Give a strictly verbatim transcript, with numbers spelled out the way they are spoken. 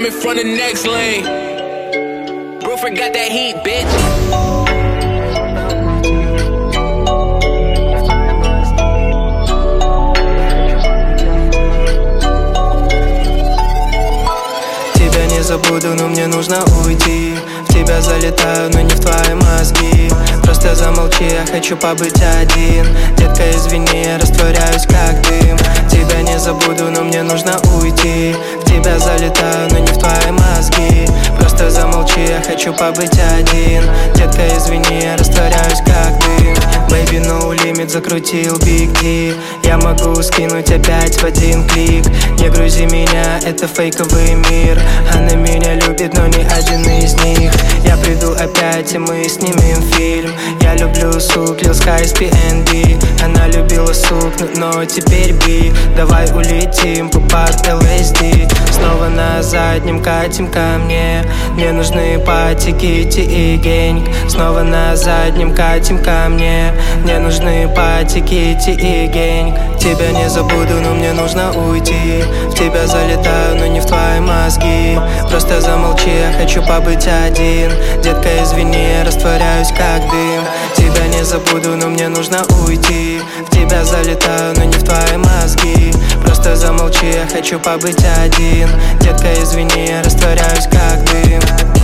coming from the next lane. Bruford got that heat, bitch. Тебя не забуду, но мне нужно уйти. В тебя залетаю, но не в твои мозги. Просто замолчи, я хочу побыть один. Детка, извини, я растворяюсь как дым. Тебя не забуду, но мне нужно уйти. В тебя залетаю, но не в твои мозги. Просто замолчи, я хочу побыть один. Детка, извини, я растворяюсь как дым. Baby, no limit, закрутил Big D. Я могу скинуть опять в один клик. Не грузи меня, это фейковый мир. Она меня любит, но не один из них. Я приду опять, и мы снимем фильм. Я люблю сук, Lil Skies, пи эн би. Она любила сук, но теперь би. Давай улетим, пупак, эл эс ди. Снова на заднем катим ко мне. Мне нужны пати, кити и генг. Снова на заднем катим ко мне. Мне нужны пати, кити и генг. Тебя не забуду, но мне нужно уйти. В тебя залетаю, но не в твои мозги. Просто замолчи, я хочу побыть один. Детка, извини, я растворяюсь как дым. Тебя не забуду, но мне нужно уйти. В тебя залетаю, но не в твои мозги. Просто замолчи, я хочу побыть один. Детка, извини, я растворяюсь как дым.